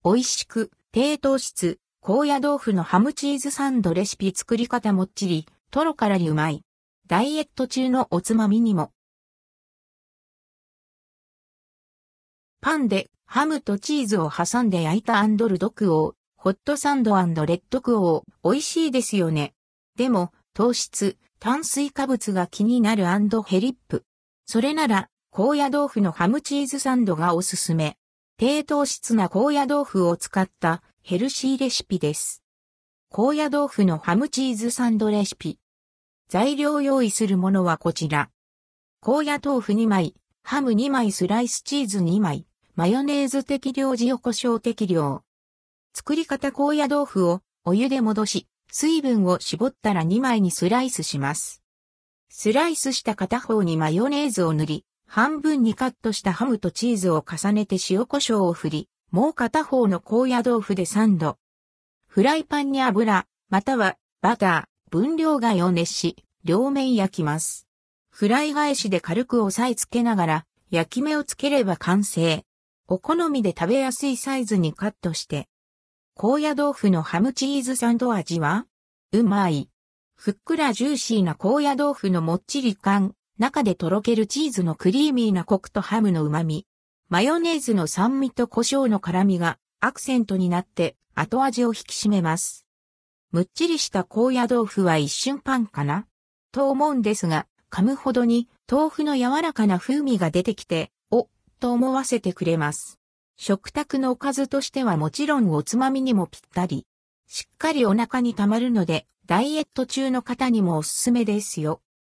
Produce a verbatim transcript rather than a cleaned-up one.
美味しく、低糖質、高野豆腐のハムチーズサンドレシピ作り方もっちり、トロからりうまい。ダイエット中のおつまみにも。パンでハムとチーズを挟んで焼いたアンドルドクオー、ホットサンド&レッドクオー、美味しいですよね。でも、糖質、炭水化物が気になる&ヘリップ。それなら、高野豆腐のハムチーズサンドがおすすめ。低糖質な高野豆腐を使ったヘルシーレシピです。高野豆腐のハムチーズサンドレシピ。材料用意するものはこちら。高野豆腐にまい、ハムにまいスライスチーズにまい、マヨネーズ適量塩コショウ適量。作り方高野豆腐をお湯で戻し、水分を絞ったらにまいにスライスします。スライスした片方にマヨネーズを塗り、半分にカットしたハムとチーズを重ねて塩コショウを振り、もう片方の高野豆腐でサンド。フライパンに油、またはバター、分量外を熱し、両面焼きます。フライ返しで軽く押さえつけながら、焼き目をつければ完成。お好みで食べやすいサイズにカットして。高野豆腐のハムチーズサンド味はうまい。ふっくらジューシーな高野豆腐のもっちり感、中でとろけるチーズのクリーミーなコクとハムの旨味。マヨネーズの酸味と胡椒の辛みがアクセントになって後味を引き締めます。むっちりした高野豆腐は一瞬パンかなと思うんですが、噛むほどに豆腐の柔らかな風味が出てきて、お、と思わせてくれます。食卓のおかずとしてはもちろんおつまみにもぴったり。しっかりお腹に溜まるので、ダイエット中の方にもおすすめですよ。